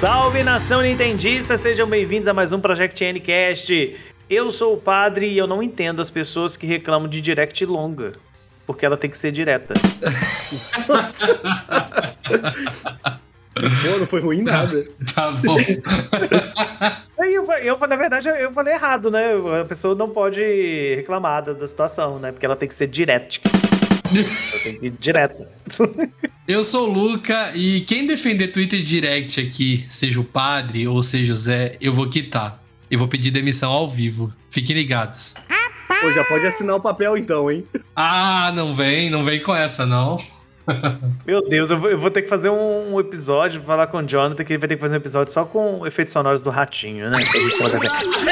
Salve, nação nintendista, sejam bem-vindos a mais um Project Ncast. Eu sou o Padre e eu não entendo as pessoas que reclamam de direct longa, porque ela tem que ser direta. Pô, não foi ruim nada. Tá bom. Na verdade, eu falei errado, né? A pessoa não pode reclamar da situação, né? Porque ela tem que ser direct. Ela tem que ir direta. Eu sou o Luca e quem defender Twitter Direct aqui, seja o Padre ou seja o Zé, eu vou quitar. Eu vou pedir demissão ao vivo. Fiquem ligados. Pô, já pode assinar o papel então, hein? Ah, não vem com essa, não. Meu Deus, eu vou ter que fazer um episódio, falar com o Jonathan, que ele vai ter que fazer um episódio só com efeitos sonoros do ratinho, né? Pra gente colocar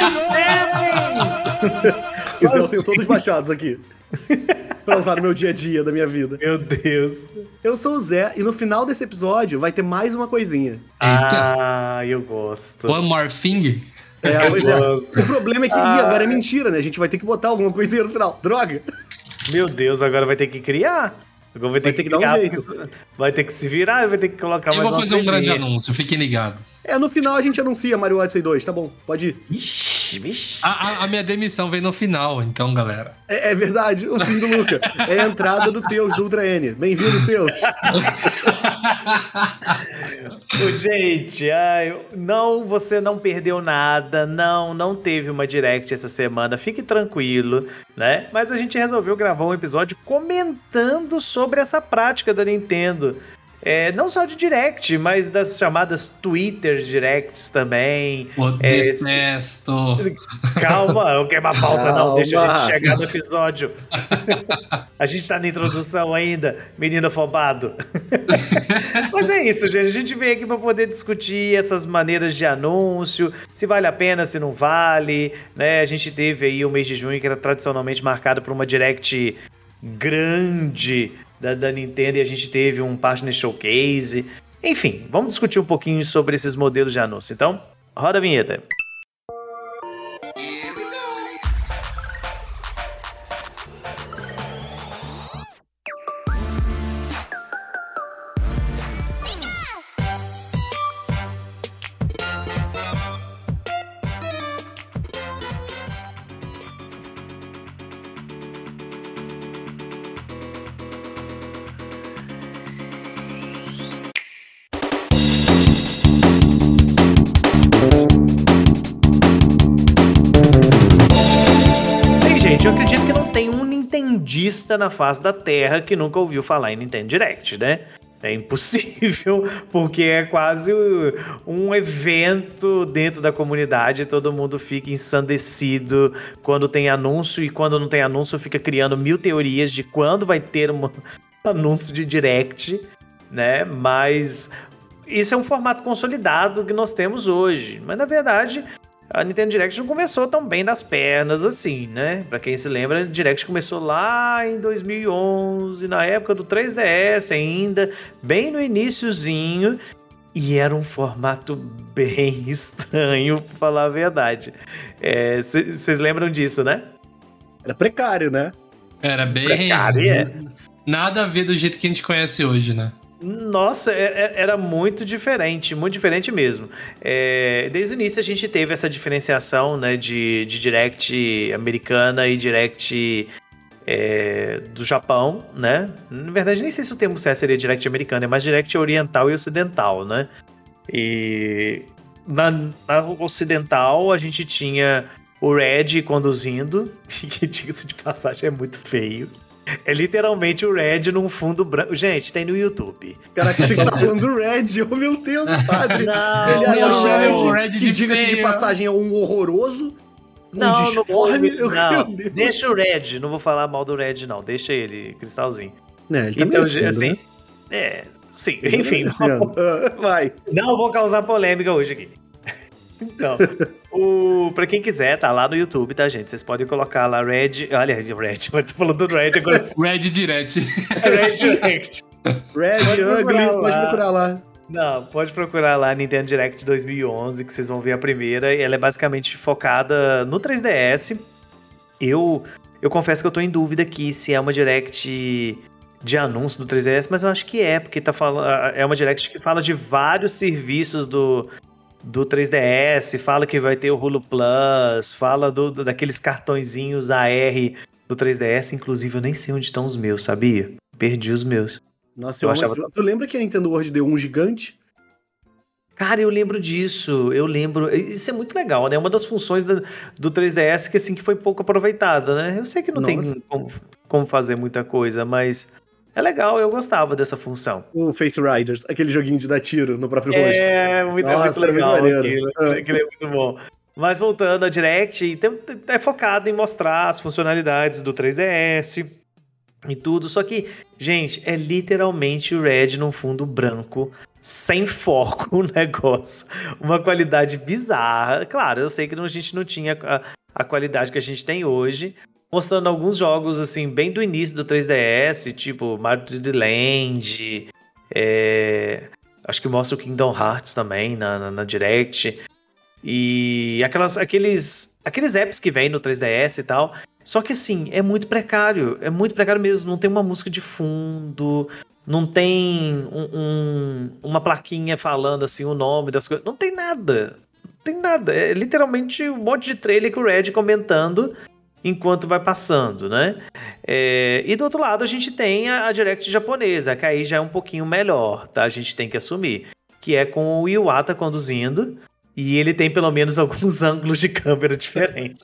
assim. Isso eu tenho todos baixados aqui. Pra usar no meu dia a dia da minha vida. Meu Deus. Eu sou o Zé e no final desse episódio vai ter mais uma coisinha. Eita. Ah, eu gosto. One more thing? Pois é. gosto. O problema é que agora é mentira, né? A gente vai ter que botar alguma coisinha no final. Droga! Meu Deus, agora vai ter que criar. Agora vai ter que dar um criar, jeito. Vai ter que se virar e vai ter que colocar Eu mais vou uma fazer um grande coisinha. anúncio, fiquem ligados. No final a gente anuncia Mario Odyssey 2, tá bom? Pode ir. Vixe. A minha demissão vem no final, então, galera. É verdade, o fim do Luca. É a entrada do Teus, do Ultra N. Bem-vindo, Teus. Gente, não, você não perdeu nada, não teve uma direct essa semana, fique tranquilo, né? Mas a gente resolveu gravar um episódio comentando sobre essa prática da Nintendo. Não só de direct, mas das chamadas Twitter directs também. Detesto. Calma, não queima a pauta não, deixa a gente Calma. chegar no episódio. A gente tá na introdução ainda, menino afobado. Mas é isso, gente, a gente veio aqui pra poder discutir essas maneiras de anúncio, se vale a pena, se não vale, né? A gente teve aí o mês de junho que era tradicionalmente marcado por uma direct grande da Nintendo e a gente teve um Partner Showcase. Enfim, vamos discutir um pouquinho sobre esses modelos de anúncio. Então, roda a vinheta. Gente, eu acredito que não tem um nintendista na face da Terra que nunca ouviu falar em Nintendo Direct, né? É impossível, porque é quase um evento dentro da comunidade, todo mundo fica ensandecido quando tem anúncio e quando não tem anúncio fica criando mil teorias de quando vai ter um anúncio de Direct, né? Mas isso é um formato consolidado que nós temos hoje, mas na verdade a Nintendo Direct não começou tão bem das pernas assim, né? Pra quem se lembra, a Direct começou lá em 2011, na época do 3DS ainda, bem no iniciozinho, e era um formato bem estranho, pra falar a verdade. Vocês lembram disso, né? Era precário, né? Era bem... Precário, Nada a ver do jeito que a gente conhece hoje, né? Nossa, era muito diferente mesmo. Desde o início a gente teve essa diferenciação, né, de Direct americana e Direct do Japão, né? Na verdade, nem sei se o termo certo seria Direct americana, é mais Direct oriental e ocidental, né? E na ocidental a gente tinha o Red conduzindo, que diga-se de passagem é muito feio. É literalmente o Red num fundo branco. Gente, tem no YouTube. Caraca, você tá falando do Red. Oh, meu Deus, Padre. Não, Ele é não, o Red Red, que de diga-se de feio. passagem, é um horroroso, Não, disforme. não, Meu Deus. deixa o Red. Não vou falar mal do Red, não. Deixa ele, cristalzinho. Ele tá Então, merecendo, assim... né? Sim, Ele tá enfim. merecendo. Vai. Não vou causar polêmica hoje aqui. Então, pra quem quiser, tá lá no YouTube, tá, gente? Vocês podem colocar lá Red... Aliás, Red. Eu tô falando do Red agora. Red Direct. Red Direct. Red, Ugly, pode procurar lá. Não, pode procurar lá Nintendo Direct 2011, que vocês vão ver a primeira. E ela é basicamente focada no 3DS. Eu confesso que eu tô em dúvida aqui se é uma Direct de anúncio do 3DS, mas eu acho que porque é uma Direct que fala de vários serviços do 3DS, fala que vai ter o Hulu Plus, fala daqueles cartõezinhos AR do 3DS, inclusive eu nem sei onde estão os meus, sabia? Perdi os meus. Nossa, tu lembra que a Nintendo World deu um gigante? Cara, eu lembro disso, isso é muito legal, né? Uma das funções do 3DS que, assim, que foi pouco aproveitada, né? Eu sei que não tem como fazer muita coisa, mas é legal, eu gostava dessa função. O Face Riders, aquele joguinho de dar tiro no próprio rosto. Muito legal aquilo é muito bom. Mas voltando à Direct, é focado em mostrar as funcionalidades do 3DS e tudo, só que, gente, é literalmente o Red num fundo branco, sem foco o negócio. Uma qualidade bizarra. Claro, eu sei que a gente não tinha a qualidade que a gente tem hoje, mostrando alguns jogos, assim, bem do início do 3DS, tipo Mario 3D Land, acho que mostra o Kingdom Hearts também na Direct, e aqueles apps que vem no 3DS e tal. Só que, assim, é muito precário mesmo, não tem uma música de fundo, não tem uma plaquinha falando, assim, o nome das coisas, não tem nada, é literalmente um monte de trailer que o Red comentando enquanto vai passando, né? E do outro lado a gente tem a Direct japonesa, que aí já é um pouquinho melhor, tá? A gente tem que assumir, que é com o Iwata conduzindo, e ele tem pelo menos alguns ângulos de câmera diferentes.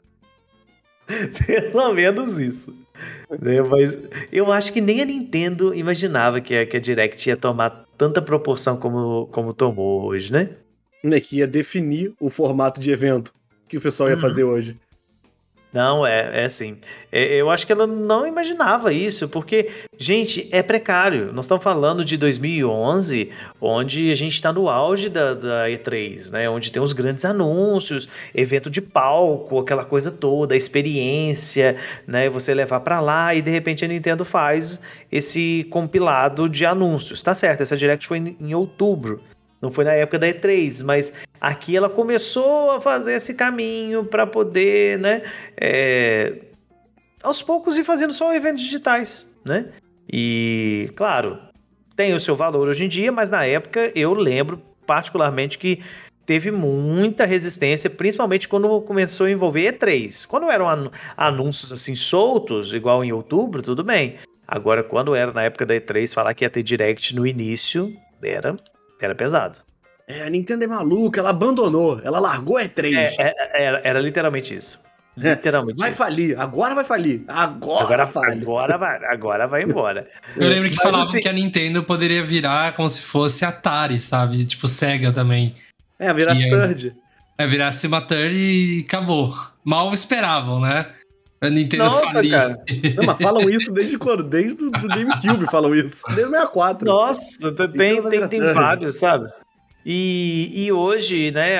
Pelo menos isso. Mas eu acho que nem a Nintendo imaginava que a Direct ia tomar tanta proporção como tomou hoje, né? Que ia definir o formato de evento que o pessoal ia fazer hoje. Não, assim. Eu acho que ela não imaginava isso, porque, gente, é precário. Nós estamos falando de 2011, onde a gente está no auge da E3, né? Onde tem os grandes anúncios, evento de palco, aquela coisa toda, a experiência, né? Você levar para lá e, de repente, a Nintendo faz esse compilado de anúncios. Tá certo, essa Direct foi em outubro. Não foi na época da E3, mas aqui ela começou a fazer esse caminho para poder, né, aos poucos ir fazendo só eventos digitais, né? E, claro, tem o seu valor hoje em dia, mas na época eu lembro particularmente que teve muita resistência, principalmente quando começou a envolver E3. Quando eram anúncios assim soltos, igual em outubro, tudo bem. Agora, quando era na época da E3, falar que ia ter Direct no início, era pesado. A Nintendo é maluca, ela abandonou, ela largou a E3. Era literalmente isso. Literalmente vai isso. Falir, agora vai falir. Agora vai embora. Eu lembro que falavam assim, que a Nintendo poderia virar como se fosse Atari, sabe? Tipo Sega também. Virasse third. Virasse uma third e acabou. Mal esperavam, né? A Nintendo falir. Cara. Não, mas falam isso desde quando? Desde do GameCube falam isso. Desde o 64. Nossa, tem vários, sabe? E hoje, né,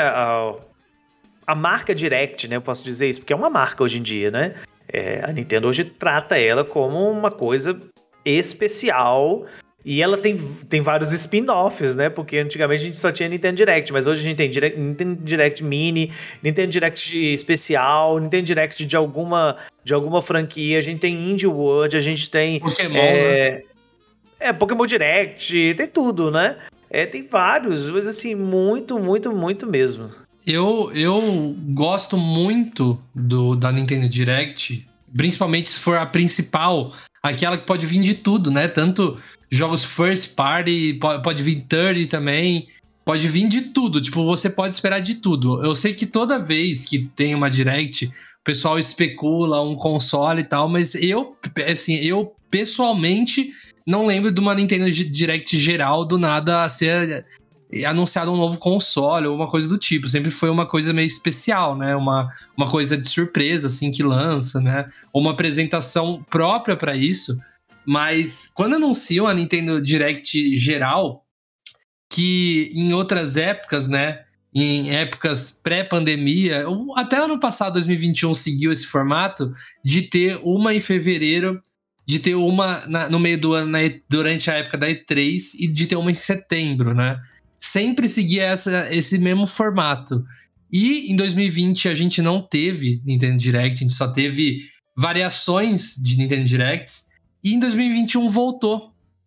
a marca Direct, né, eu posso dizer isso, porque é uma marca hoje em dia, né? A Nintendo hoje trata ela como uma coisa especial, e ela tem vários spin-offs, né? Porque antigamente a gente só tinha Nintendo Direct, mas hoje a gente tem Nintendo Direct Mini, Nintendo Direct especial, Nintendo Direct de alguma franquia, a gente tem Indie World, a gente tem Pokémon, né? Pokémon Direct, tem tudo, né? Tem vários, mas assim, muito, muito, muito mesmo. Eu gosto muito da Nintendo Direct, principalmente se for a principal, aquela que pode vir de tudo, né? Tanto jogos first party, pode vir third também, pode vir de tudo. Tipo, você pode esperar de tudo. Eu sei que toda vez que tem uma Direct, o pessoal especula um console e tal, mas eu pessoalmente não lembro de uma Nintendo Direct geral do nada a ser anunciado um novo console ou uma coisa do tipo. Sempre foi uma coisa meio especial, né? Uma coisa de surpresa, assim, que lança, né? Ou uma apresentação própria para isso. Mas quando anunciam a Nintendo Direct geral, que em outras épocas, né? Em épocas pré-pandemia, até ano passado, 2021, seguiu esse formato de ter uma em fevereiro, de ter uma no meio do ano, durante a época da E3, e de ter uma em setembro, né? Sempre seguia esse mesmo formato. E em 2020 a gente não teve Nintendo Direct, a gente só teve variações de Nintendo Directs. E em 2021 voltou.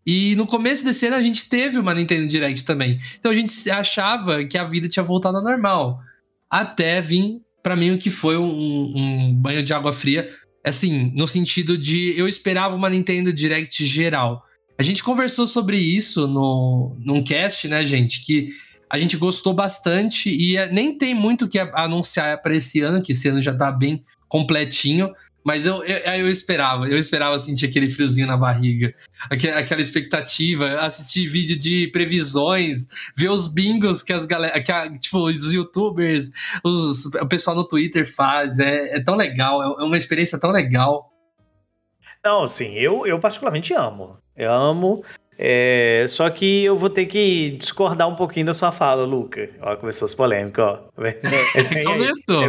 E no começo desse ano a gente teve uma Nintendo Direct também. Então a gente achava que a vida tinha voltado ao normal. Até vir, pra mim, o que foi um banho de água fria. Assim, no sentido de eu esperava uma Nintendo Direct geral. A gente conversou sobre isso num cast, né, gente? Que a gente gostou bastante e nem tem muito o que anunciar para esse ano, que esse ano já tá bem completinho. Mas eu esperava sentir aquele friozinho na barriga, aquela expectativa, assistir vídeo de previsões, ver os bingos que tipo, os youtubers, o pessoal no Twitter faz, é tão legal, é uma experiência tão legal. Não, assim, eu particularmente amo. Eu amo. Só que eu vou ter que discordar um pouquinho da sua fala, Luca. Ó, começou as polêmicas, ó. Começou.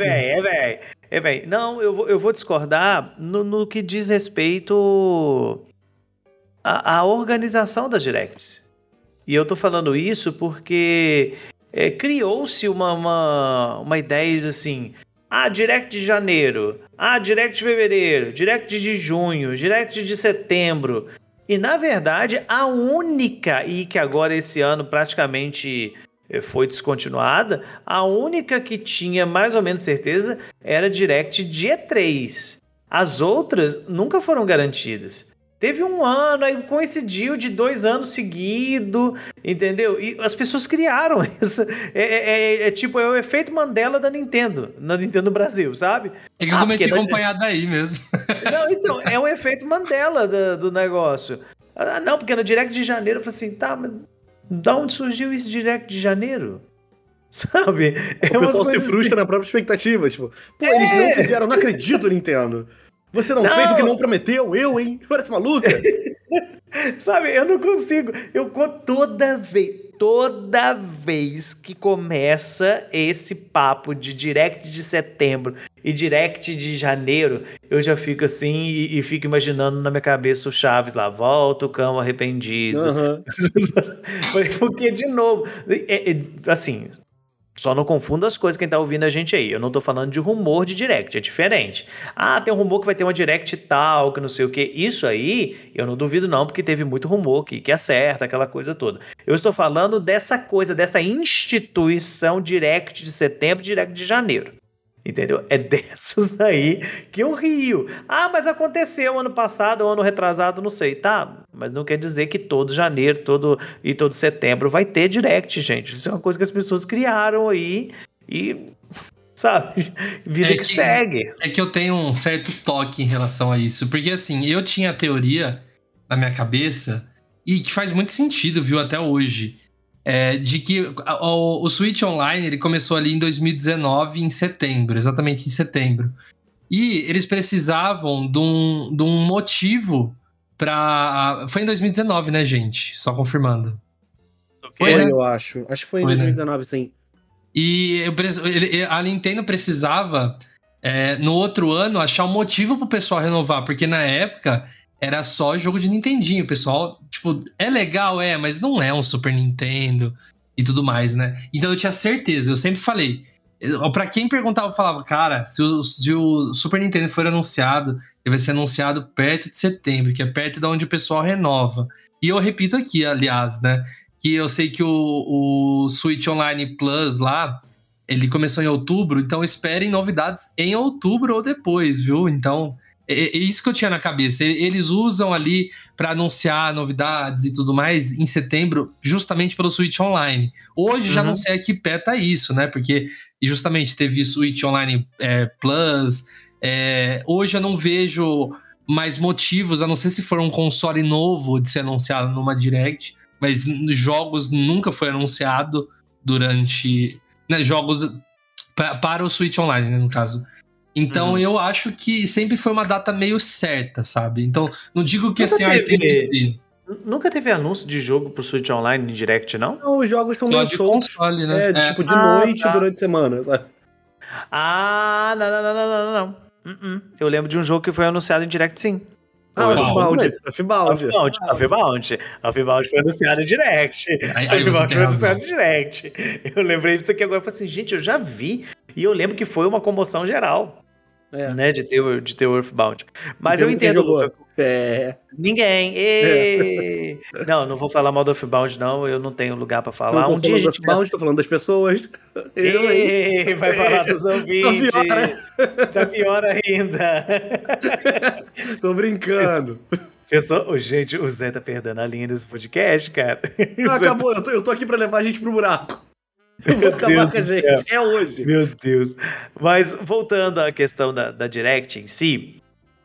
Não, eu vou discordar no que diz respeito à organização das directs. E eu tô falando isso porque criou-se uma ideia de assim... Direct de janeiro, Direct de fevereiro, Direct de junho, Direct de setembro. E, na verdade, a única, e que agora esse ano praticamente foi descontinuada, a única que tinha mais ou menos certeza era Direct de E3. As outras nunca foram garantidas. Teve um ano, aí coincidiu de 2 anos seguidos, entendeu? E as pessoas criaram isso. Tipo, é o efeito Mandela da Nintendo, na Nintendo Brasil, sabe? É que eu comecei a acompanhar daí mesmo. Não, então, é o efeito Mandela do negócio. Não, porque no Direct de janeiro eu falei assim, tá, mas da onde surgiu esse Direct de janeiro? Sabe? O pessoal se frustra na própria expectativa, tipo, pô, eles não fizeram, não acredito, Nintendo. Você não fez o que não prometeu? Eu, hein? Parece maluca. Sabe, eu não consigo. Toda vez que começa esse papo de Direct de setembro e Direct de janeiro, eu já fico assim e fico imaginando na minha cabeça o Chaves lá, volta o cão arrependido. Uhum. Porque, de novo, assim... Só não confunda as coisas quem tá ouvindo a gente aí. Eu não tô falando de rumor de direct, é diferente. Tem um rumor que vai ter uma direct tal, que não sei o quê. Isso aí, eu não duvido não, porque teve muito rumor que acerta, aquela coisa toda. Eu estou falando dessa coisa, dessa instituição direct de setembro, direct de janeiro. Entendeu? É dessas aí que eu rio. Mas aconteceu ano passado, ano retrasado, não sei. Tá, mas não quer dizer que todo janeiro todo setembro vai ter direct, gente. Isso é uma coisa que as pessoas criaram aí e, sabe, vida que segue. É que eu tenho um certo toque em relação a isso. Porque, assim, eu tinha a teoria na minha cabeça e que faz muito sentido, viu, até hoje. De que o Switch Online ele começou ali em 2019, em setembro, exatamente em setembro. E eles precisavam de um motivo pra... Foi em 2019, né, gente? Só confirmando. Foi, né? Eu acho. Acho que foi em 2019, né? Sim. E a Nintendo precisava, no outro ano, achar um motivo pro pessoal renovar, porque na época... Era só jogo de Nintendinho, pessoal. Tipo, é legal, mas não é um Super Nintendo e tudo mais, né? Então eu tinha certeza, eu sempre falei. Pra quem perguntava, eu falava, cara, se o Super Nintendo for anunciado, ele vai ser anunciado perto de setembro, que é perto de onde o pessoal renova. E eu repito aqui, aliás, né? Que eu sei que o Switch Online Plus lá, ele começou em outubro, então esperem novidades em outubro ou depois, viu? Então... É isso que eu tinha na cabeça. Eles usam ali para anunciar novidades e tudo mais em setembro, justamente pelo Switch Online. Hoje já não sei a que pé tá isso, né? Porque justamente teve Switch Online Plus. Hoje eu não vejo mais motivos, a não ser se for um console novo de ser anunciado numa Direct, mas jogos nunca foi anunciado durante... Né, jogos para o Switch Online, né, no caso. Então eu acho que sempre foi uma data meio certa, sabe? Então não digo que assim... Nunca teve anúncio de jogo pro Switch Online em Direct, não? Não, os jogos são meio soltos. Console, né? Tipo de noite, durante a semana, sabe? Não. Eu lembro de um jogo que foi anunciado em Direct, sim. A Fibaldi foi anunciado em Direct. Eu lembrei disso aqui agora. Eu falei assim, gente, eu já vi. E eu lembro que foi uma comoção geral. né, de ter o Earthbound. Mas eu Quem entendo, jogou. Luca. Ninguém. Não vou falar mal do Earthbound, não. Eu não tenho lugar pra falar. Não tô Um dia a falando do gente Earthbound, tô falando das pessoas. vai falar dos ouvintes. Tá pior ainda. Tô brincando. Gente, o Zé tá perdendo a linha desse podcast, cara. Acabou, eu tô aqui pra levar a gente pro buraco. Eu vou acabar com a gente. É hoje. Meu Deus. Mas voltando à questão da Direct em si,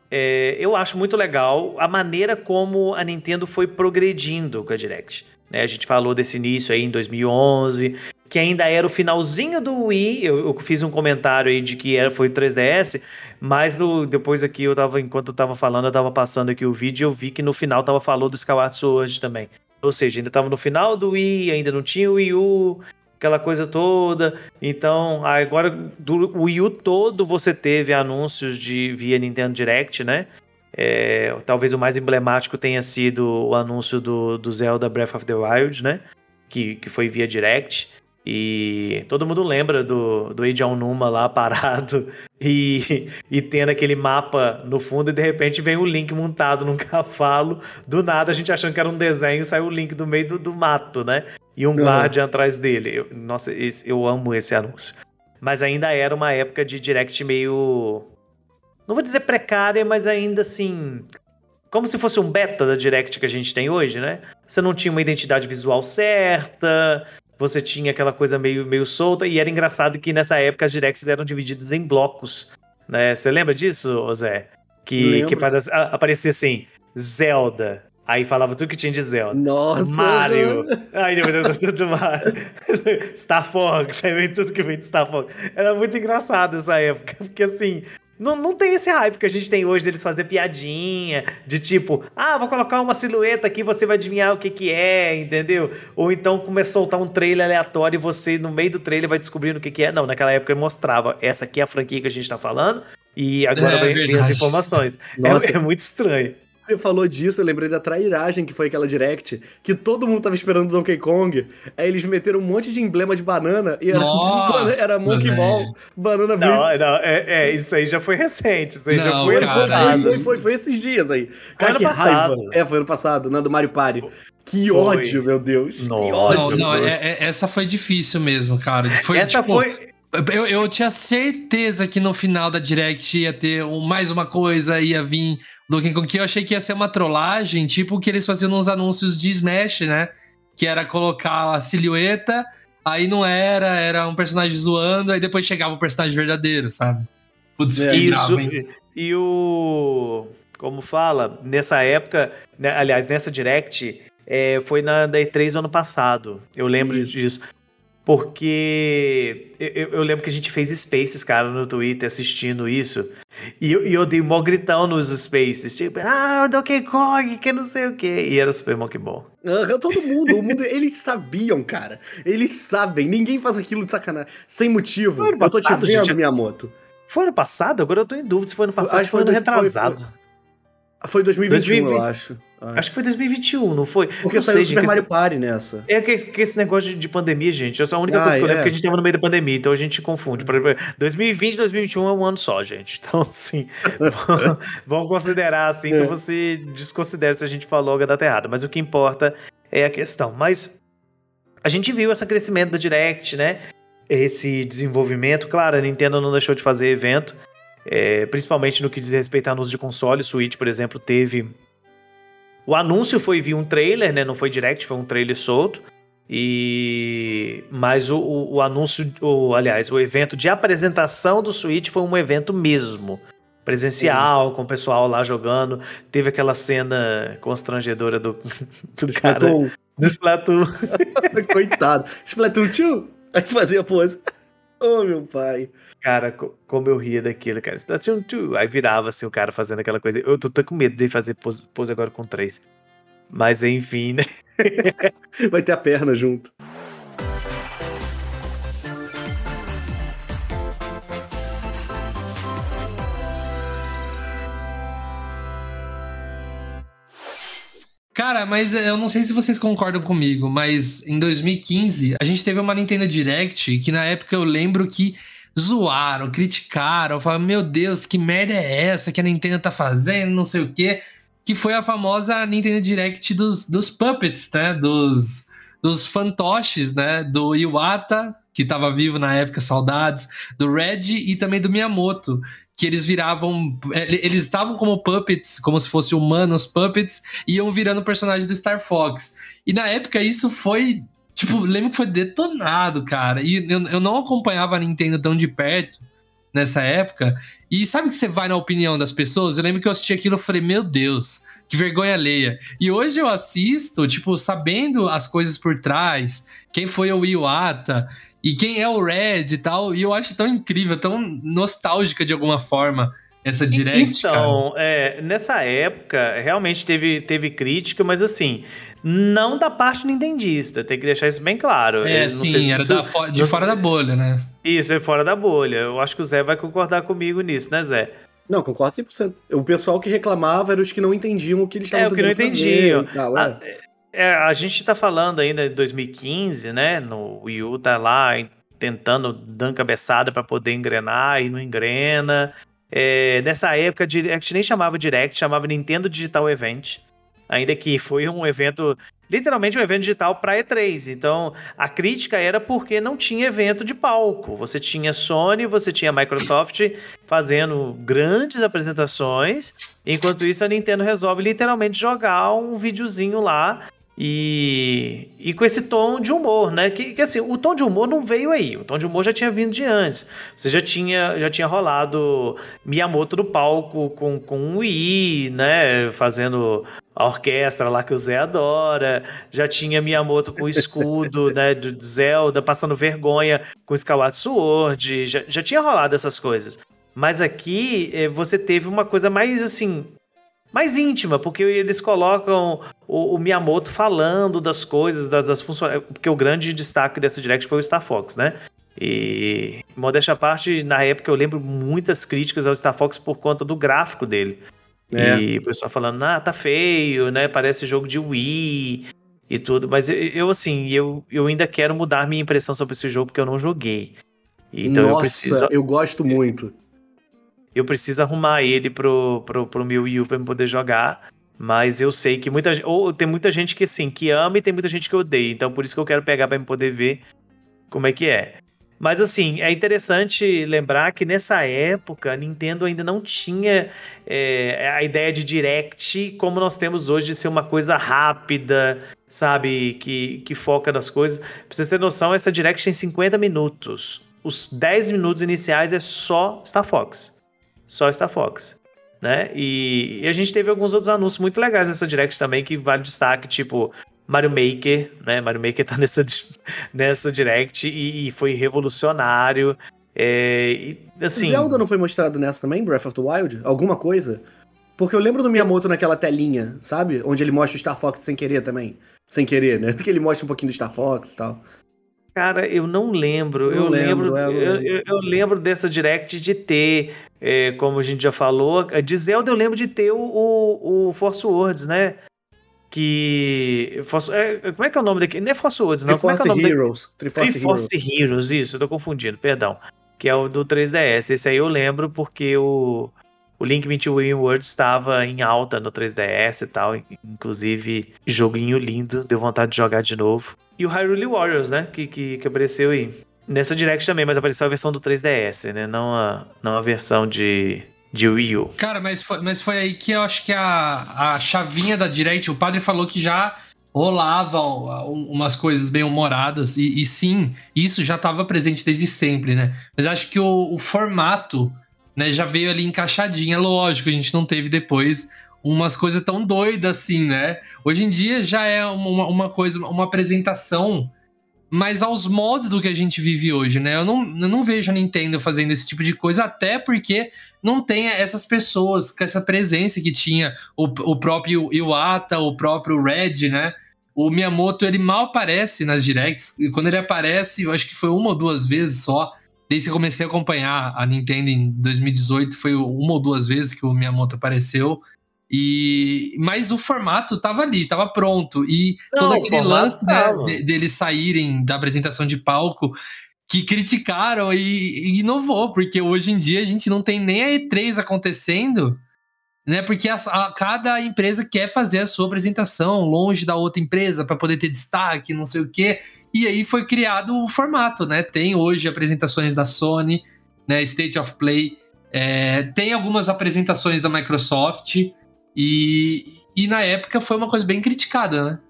eu acho muito legal a maneira como a Nintendo foi progredindo com a Direct. Né? A gente falou desse início aí em 2011, que ainda era o finalzinho do Wii. Eu fiz um comentário aí de que foi o 3DS, mas depois aqui, enquanto eu tava falando, eu tava passando aqui o vídeo e eu vi que no final tava falando do Skyward Sword também. Ou seja, ainda tava no final do Wii, ainda não tinha o Wii U, aquela coisa toda. Então, agora, do Wii U todo, você teve anúncios via Nintendo Direct, né? Talvez o mais emblemático tenha sido o anúncio do Zelda Breath of the Wild, né? Que foi via Direct. E todo mundo lembra do Eiji Aonuma lá parado e tendo aquele mapa no fundo e de repente vem o Link montado num cavalo. Do nada a gente achando que era um desenho, saiu o Link do meio do mato, né? E um guardiã atrás dele. Nossa, eu amo esse anúncio. Mas ainda era uma época de Direct meio... Não vou dizer precária, mas ainda assim... Como se fosse um beta da Direct que a gente tem hoje, né? Você não tinha uma identidade visual certa... Você tinha aquela coisa meio solta, e era engraçado que nessa época as directs eram divididas em blocos, né? Você lembra disso, Zé? Que aparecia assim, Zelda, aí falava tudo que tinha de Zelda. Nossa! Mario, aí depois tudo Mario. Star Fox, aí vem tudo que vem de Star Fox. Era muito engraçado essa época, porque assim... Não tem esse hype que a gente tem hoje deles fazer piadinha, de tipo, vou colocar uma silhueta aqui, você vai adivinhar o que é, entendeu? Ou então começa a soltar um trailer aleatório e você, no meio do trailer, vai descobrindo o que é. Não, naquela época ele mostrava, essa aqui é a franquia que a gente tá falando, e agora vem as informações. É muito estranho. Você falou disso, eu lembrei da trairagem que foi aquela Direct, que todo mundo tava esperando o Donkey Kong, aí eles meteram um monte de emblema de banana, e era Monkey Ball, Banana Blitz. Não, isso aí já foi recente, isso aí já foi ano passado. Foi esses dias aí. Cara, que raiva. Foi ano passado, do Mario Party. Que ódio, meu Deus. Nossa. Que ódio. Não, essa foi difícil mesmo, cara. Eu tinha certeza que no final da Direct ia ter mais uma coisa, ia vir Donkey Kong, que eu achei que ia ser uma trollagem, tipo o que eles faziam nos anúncios de Smash, né? Que era colocar a silhueta, aí não era um personagem zoando, aí depois chegava o personagem verdadeiro, sabe? Putz, isso. E como fala, nessa época, né, aliás, nessa Direct, foi da E3 do ano passado. Eu lembro disso. Porque eu lembro que a gente fez Spaces, cara, no Twitter assistindo isso. E eu dei mó gritão nos Spaces. Tipo, Donkey Kong, que não sei o quê. E era Super Monkey Ball. Todo mundo, o mundo, eles sabiam, cara. Eles sabem, ninguém faz aquilo de sacanagem. Sem motivo. Eu tô te vendo, Miyamoto. Foi ano passado? Agora eu tô em dúvida se foi ano passado ou foi ano retrasado. Foi 2021, eu acho. Acho que foi 2021, não foi? Porque saiu o Super Mario Party nessa. Que esse negócio de pandemia, gente, essa é a única coisa que eu lembro, porque a gente tava no meio da pandemia, então a gente confunde. 2020 e 2021 é um ano só, gente. Então, assim, vamos considerar assim, então você desconsidera se a gente falou a data errada. Mas o que importa é a questão. Mas a gente viu esse crescimento da Direct, né? Esse desenvolvimento. Claro, a Nintendo não deixou de fazer evento, principalmente no que diz respeito a anúncio de console. O Switch, por exemplo, teve... O anúncio foi via um trailer, né? Não foi direct, foi um trailer solto. Mas o anúncio, aliás, o evento de apresentação do Switch foi um evento mesmo. Presencial, com o pessoal lá jogando. Teve aquela cena constrangedora do cara. Do Splatoon. Coitado. Splatoon 2? Aí fazia pose. Oh, meu pai. Cara, como eu ria daquilo, cara. Splatoon 2. Aí virava assim o cara fazendo aquela coisa. Eu tô com medo de fazer pose agora com 3. Mas enfim, né? Vai ter a perna junto. Cara, mas eu não sei se vocês concordam comigo, mas em 2015 a gente teve uma Nintendo Direct que na época eu lembro que zoaram, criticaram, falaram, meu Deus, que merda é essa que a Nintendo tá fazendo, não sei o quê. Que foi a famosa Nintendo Direct dos puppets, né? Dos fantoches, né? Do Iwata, que tava vivo na época, saudades, do Reggie e também do Miyamoto, que eles viravam... Eles estavam como puppets, como se fossem humanos puppets, e iam virando personagem do Star Fox. E na época isso foi... Tipo, lembro que foi detonado, cara. E eu não acompanhava a Nintendo tão de perto nessa época. E sabe que você vai na opinião das pessoas? Eu lembro que eu assisti aquilo e falei, meu Deus, que vergonha alheia. E hoje eu assisto, tipo, sabendo as coisas por trás, quem foi o Iwata e quem é o Red e tal. E eu acho tão incrível, tão nostálgica de alguma forma essa Direct, então, cara. Nessa época, realmente teve crítica, mas assim, não da parte nintendista, tem que deixar isso bem claro. Sim, era de fora da bolha, né? Isso, é fora da bolha. Eu acho que o Zé vai concordar comigo nisso, né, Zé? Não, concordo 100%. O pessoal que reclamava eram os que não entendiam o que eles estavam tentando fazer. O que não entendiam. A gente tá falando ainda de 2015, né? No Wii U tá lá tentando dar cabeçada para poder engrenar e não engrena. Nessa época, a Direct nem chamava Direct, chamava Nintendo Digital Event. Ainda que foi um evento, literalmente um evento digital para E3. Então, a crítica era porque não tinha evento de palco. Você tinha Sony, você tinha Microsoft fazendo grandes apresentações. Enquanto isso, a Nintendo resolve literalmente jogar um videozinho lá. E com esse tom de humor, né? Que assim, o tom de humor não veio aí. O tom de humor já tinha vindo de antes. Você já tinha rolado Miyamoto no palco com um Wii, né? Fazendo a orquestra lá que o Zé adora. Já tinha Miyamoto com o escudo, né? De Zelda, passando vergonha com Skyward Sword. Já tinha rolado essas coisas. Mas aqui você teve uma coisa mais assim... mais íntima, porque eles colocam o Miyamoto falando das coisas, das funções, porque o grande destaque dessa Direct foi o Star Fox, né? E, modéstia à parte, na época eu lembro muitas críticas ao Star Fox por conta do gráfico dele. E o pessoal falando, tá feio, né? Parece jogo de Wii e tudo, mas eu ainda quero mudar minha impressão sobre esse jogo, porque eu não joguei. Então eu gosto muito. Eu preciso arrumar ele pro meu Wii U pra eu poder jogar. Mas eu sei que tem muita gente que, assim, que ama e tem muita gente que odeia. Então, por isso que eu quero pegar pra eu poder ver como é que é. Mas, assim, é interessante lembrar que nessa época a Nintendo ainda não tinha a ideia de Direct como nós temos hoje, de ser uma coisa rápida, sabe? Que foca nas coisas. Pra vocês terem noção, essa Direct tem 50 minutos. Os 10 minutos iniciais é só Star Fox. Só Star Fox, né? E a gente teve alguns outros anúncios muito legais nessa Direct também, que vale destaque, tipo Mario Maker, né? Mario Maker tá nessa Direct e foi revolucionário. Assim... Zelda não foi mostrado nessa também, Breath of the Wild? Alguma coisa? Porque eu lembro do Miyamoto naquela telinha, sabe? Onde ele mostra o Star Fox sem querer também. Sem querer, né? Que ele mostra um pouquinho do Star Fox e tal. Cara, eu não lembro. Eu lembro dessa Direct de ter, como a gente já falou, de Zelda eu lembro de ter o Force Words, né? Como é que é o nome daqui? Não é Force Words, não. Como é que é o nome Heroes. Triforce Heroes, isso, eu tô confundindo, perdão. Que é o do 3DS. Esse aí eu lembro porque o Link Between Worlds estava em alta no 3DS e tal. Inclusive, joguinho lindo, deu vontade de jogar de novo. E o Hyrule Warriors, né? Que apareceu aí. Nessa Direct também, mas apareceu a versão do 3DS, né? Não a versão de Wii U. Cara, mas foi aí que eu acho que a chavinha da Direct, o padre falou que já rolavam umas coisas bem humoradas. E sim, isso já estava presente desde sempre, né? Mas acho que o formato, né, já veio ali encaixadinho. É lógico, a gente não teve depois umas coisas tão doidas assim, né? Hoje em dia já é uma coisa, uma apresentação mais aos moldes do que a gente vive hoje, né? Eu não vejo a Nintendo fazendo esse tipo de coisa, até porque não tem essas pessoas com essa presença que tinha o próprio Iwata, o próprio Red, né? O Miyamoto, ele mal aparece nas Directs, e quando ele aparece, eu acho que foi uma ou duas vezes só. Desde que eu comecei a acompanhar a Nintendo em 2018, foi uma ou duas vezes que o Miyamoto apareceu. Mas o formato tava ali, tava pronto. E todo aquele lance, né, deles saírem da apresentação de palco, que criticaram e inovou, porque hoje em dia a gente não tem nem a E3 acontecendo, né? Porque cada empresa quer fazer a sua apresentação longe da outra empresa para poder ter destaque, não sei o quê. E aí foi criado o formato, né? Tem hoje apresentações da Sony, né? State of Play, tem algumas apresentações da Microsoft e na época foi uma coisa bem criticada, né?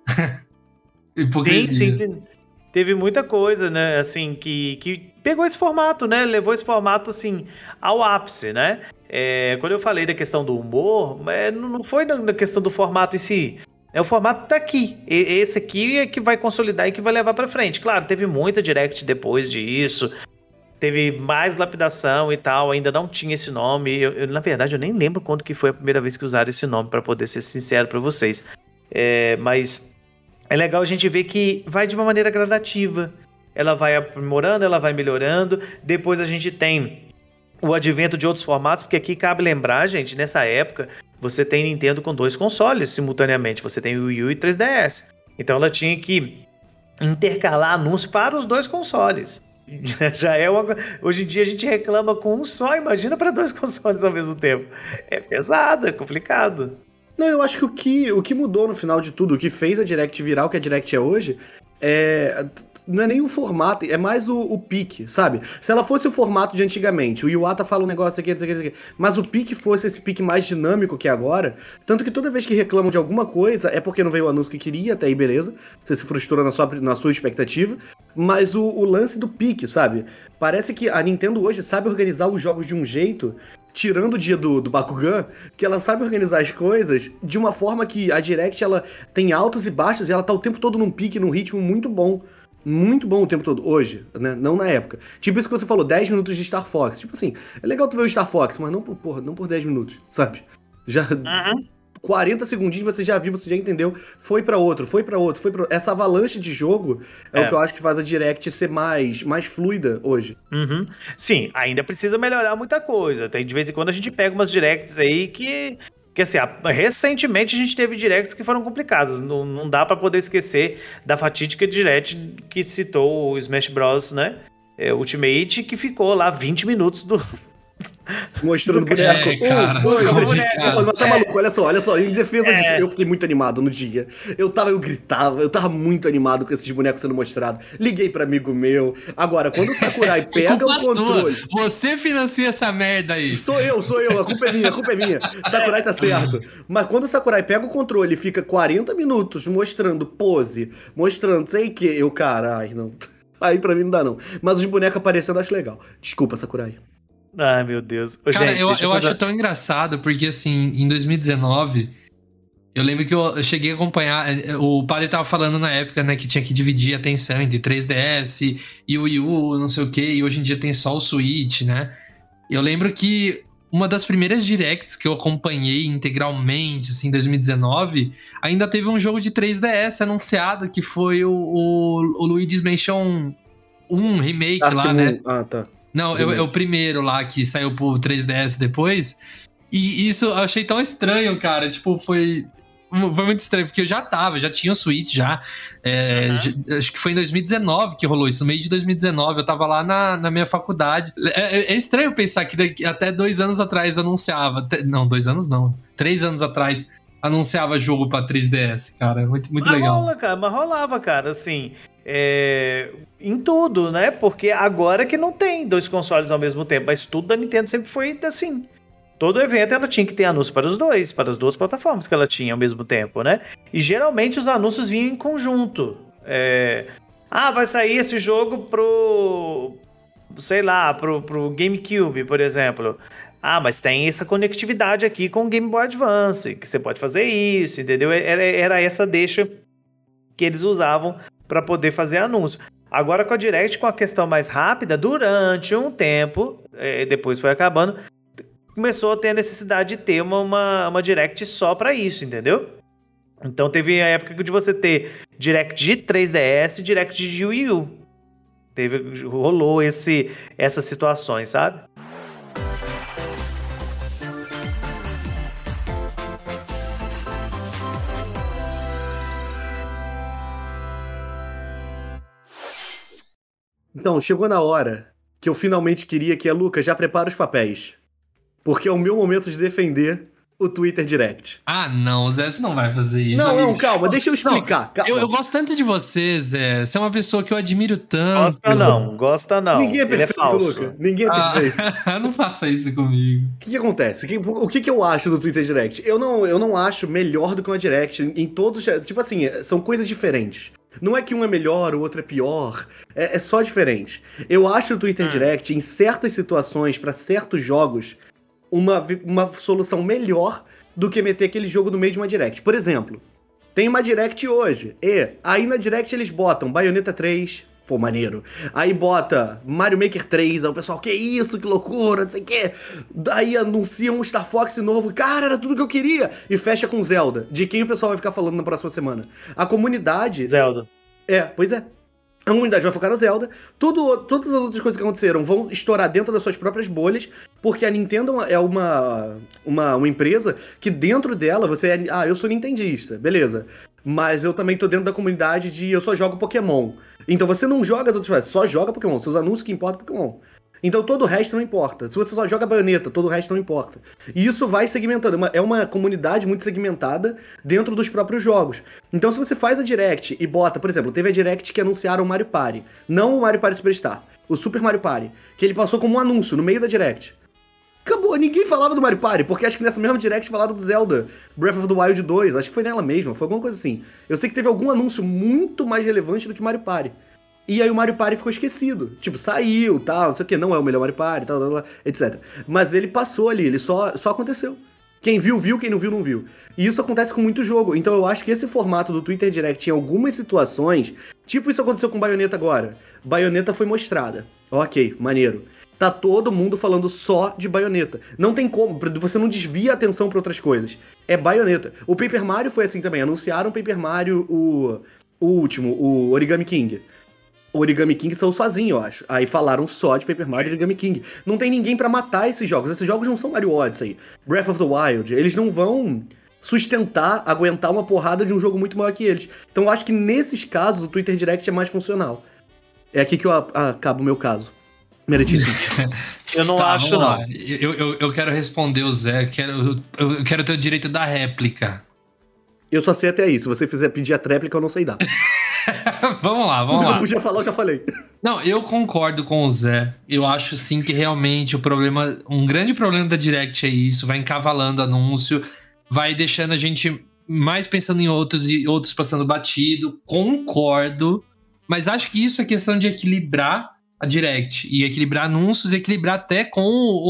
Sim, teve muita coisa, né, assim, que pegou esse formato, né, levou esse formato, assim, ao ápice, né. Quando eu falei da questão do humor, não foi na questão do formato em si, o formato tá aqui, esse aqui é que vai consolidar e que vai levar pra frente. Claro, teve muita Direct depois disso, teve mais lapidação e tal, ainda não tinha esse nome, na verdade eu nem lembro quando que foi a primeira vez que usaram esse nome, pra poder ser sincero pra vocês, mas é legal a gente ver que vai de uma maneira gradativa. Ela vai aprimorando, ela vai melhorando. Depois a gente tem o advento de outros formatos, porque aqui cabe lembrar, gente, nessa época, você tem Nintendo com 2 consoles simultaneamente. Você tem o Wii U e 3DS. Então ela tinha que intercalar anúncio para os 2 consoles. Já é uma... Hoje em dia a gente reclama com um só, imagina para 2 consoles ao mesmo tempo. É pesado, é complicado. Não, eu acho que o que mudou no final de tudo, o que fez a Direct virar o que a Direct é hoje, não é nem o formato, é mais o pique, sabe? Se ela fosse o formato de antigamente, o Iwata fala um negócio aqui, não sei o que, mas o pique fosse esse pique mais dinâmico que é agora, tanto que toda vez que reclamam de alguma coisa é porque não veio o anúncio que queria, até aí beleza, você se frustrou na sua expectativa, mas o lance do pique, sabe? Parece que a Nintendo hoje sabe organizar os jogos de um jeito, tirando o dia do Bakugan, que ela sabe organizar as coisas de uma forma que a Direct, ela tem altos e baixos e ela tá o tempo todo num pique, num ritmo muito bom o tempo todo, hoje, né, não na época. Tipo isso que você falou, 10 minutos de Star Fox, tipo assim, é legal tu ver o Star Fox, mas não por 10 minutos, sabe? Já... 40 segundinhos você já viu, você já entendeu, foi pra outro. Essa avalanche de jogo é o que eu acho que faz a Direct ser mais fluida hoje. Uhum. Sim, ainda precisa melhorar muita coisa. Tem, de vez em quando a gente pega umas Directs aí que assim, recentemente a gente teve Directs que foram complicadas. Não dá pra poder esquecer da fatídica Direct que citou o Smash Bros, né? Ultimate, que ficou lá 20 minutos mostrando boneco. Tá maluco, olha só, em defesa disso, eu fiquei muito animado no dia. Eu tava muito animado com esses bonecos sendo mostrados. Liguei pra amigo meu. Agora, quando o Sakurai pega o controle... Você financia essa merda aí. Sou eu, a culpa é minha. Sakurai tá certo. Mas quando o Sakurai pega o controle e fica 40 minutos mostrando pose, mostrando sei o que, caralho, não. Aí pra mim não dá não. Mas os bonecos aparecendo eu acho legal. Desculpa, Sakurai. Ai, meu Deus. Cara, gente, eu acho tão engraçado, porque assim, em 2019, eu lembro que eu cheguei a acompanhar, o padre tava falando na época, né, que tinha que dividir a atenção entre 3DS e o Wii U, não sei o que, e hoje em dia tem só o Switch, né? Eu lembro que uma das primeiras directs que eu acompanhei integralmente, assim, em 2019, ainda teve um jogo de 3DS anunciado, que foi o Luigi's Mansion 1 Remake lá, né? Ah, tá. Não, é o primeiro lá que saiu pro 3DS depois. E isso eu achei tão estranho, cara. Tipo, foi muito estranho, porque eu já tinha o Switch já. Acho que foi em 2019 que rolou isso, no meio de 2019. Eu tava lá na minha faculdade. É estranho pensar que até 2 anos atrás anunciava. Não, 2 anos não. 3 anos atrás anunciava jogo pra 3DS, cara. Muito legal. Mas rolava, cara, assim. Em tudo, né? Porque agora que não tem 2 consoles ao mesmo tempo, mas tudo da Nintendo sempre foi assim. Todo evento ela tinha que ter anúncio para as 2 plataformas que ela tinha ao mesmo tempo, né? E geralmente os anúncios vinham em conjunto. Vai sair esse jogo pro GameCube, por exemplo. Mas tem essa conectividade aqui com o Game Boy Advance, que você pode fazer isso, entendeu? Era essa deixa que eles usavam para poder fazer anúncio. Agora com a Direct, com a questão mais rápida, durante um tempo, depois foi acabando, começou a ter a necessidade de ter uma Direct só para isso, entendeu? Então teve a época de você ter Direct de 3DS e Direct de Wii U. Rolou essas situações, sabe? Então, chegou na hora que eu finalmente queria que a Lucas já prepara os papéis. Porque é o meu momento de defender o Twitter Direct. Ah, não, Zé, você não vai fazer isso. Não, amigo. calma, deixa eu explicar. Não, eu gosto tanto de você, Zé. Você é uma pessoa que eu admiro tanto. Gosta não. Ninguém é Ele perfeito, Lucas. Ninguém é perfeito. Não faça isso comigo. O que acontece? O que eu acho do Twitter Direct? Eu não acho melhor do que uma Direct em todos... Tipo assim, são coisas diferentes. Não é que um é melhor, o outro é pior. É só diferente. Eu acho o Twitter Direct, em certas situações, para certos jogos, uma solução melhor do que meter aquele jogo no meio de uma Direct. Por exemplo, tem uma Direct hoje. E aí na Direct eles botam Bayonetta 3... Pô, maneiro. Aí bota Mario Maker 3, aí o pessoal, que isso, que loucura, não sei o quê. Daí anunciam um Star Fox novo, cara, era tudo que eu queria. E fecha com Zelda, de quem o pessoal vai ficar falando na próxima semana. A comunidade... Zelda. Pois é. A comunidade vai focar no Zelda. Todas as outras coisas que aconteceram vão estourar dentro das suas próprias bolhas, porque a Nintendo é uma empresa que dentro dela você é... Ah, eu sou nintendista, beleza. Mas eu também tô dentro da comunidade de eu só jogo Pokémon. Então você não joga as outras coisas, só joga Pokémon. Seus anúncios que importam Pokémon. Então todo o resto não importa. Se você só joga Bayonetta, todo o resto não importa. E isso vai segmentando. É uma comunidade muito segmentada dentro dos próprios jogos. Então se você faz a Direct e bota, por exemplo, teve a Direct que anunciaram o Mario Party. Não o Mario Party Superstar, o Super Mario Party. Que ele passou como um anúncio no meio da Direct. Acabou, ninguém falava do Mario Party, porque acho que nessa mesma Direct falaram do Zelda Breath of the Wild 2, acho que foi nela mesma, foi alguma coisa assim. Eu sei que teve algum anúncio muito mais relevante do que Mario Party. E aí o Mario Party ficou esquecido. Tipo, saiu, tal, não sei o que, não é o melhor Mario Party, tal, etc. Mas ele passou ali, ele só aconteceu. Quem viu, quem não viu, não viu. E isso acontece com muito jogo. Então eu acho que esse formato do Twitter Direct em algumas situações, tipo isso aconteceu com Bayonetta agora. Bayonetta foi mostrada. Ok, maneiro. Tá todo mundo falando só de Bayonetta. Não tem como, você não desvia a atenção pra outras coisas. É Bayonetta. O Paper Mario foi assim também. Anunciaram o Paper Mario, o último, o Origami King. O Origami King saiu sozinho, eu acho. Aí falaram só de Paper Mario e Origami King. Não tem ninguém pra matar esses jogos. Esses jogos não são Mario Odyssey, Breath of the Wild. Eles não vão aguentar uma porrada de um jogo muito maior que eles. Então eu acho que nesses casos o Twitter Direct é mais funcional. É aqui que eu acabo o meu caso. Meritíssimo. Eu não acho, não. Eu quero responder o Zé. Eu quero ter o direito da réplica. Eu só sei até aí. Se você fizer pedir a tréplica, eu não sei dar. Vamos lá. Tudo que eu podia falar, eu já falei. Não, eu concordo com o Zé. Eu acho sim que realmente um grande problema da Direct é isso. Vai encavalando anúncio, vai deixando a gente mais pensando em outros e outros passando batido. Concordo. Mas acho que isso é questão de equilibrar a Direct. E equilibrar anúncios e equilibrar até com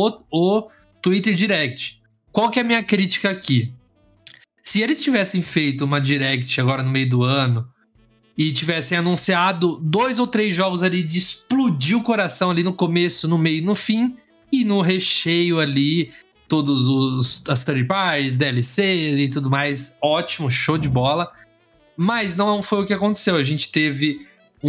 o Twitter Direct. Qual que é a minha crítica aqui? Se eles tivessem feito uma Direct agora no meio do ano e tivessem anunciado 2 ou 3 jogos ali de explodir o coração ali no começo, no meio e no fim, e no recheio ali, todos as third parties, DLCs e tudo mais, ótimo, show de bola. Mas não foi o que aconteceu. A gente teve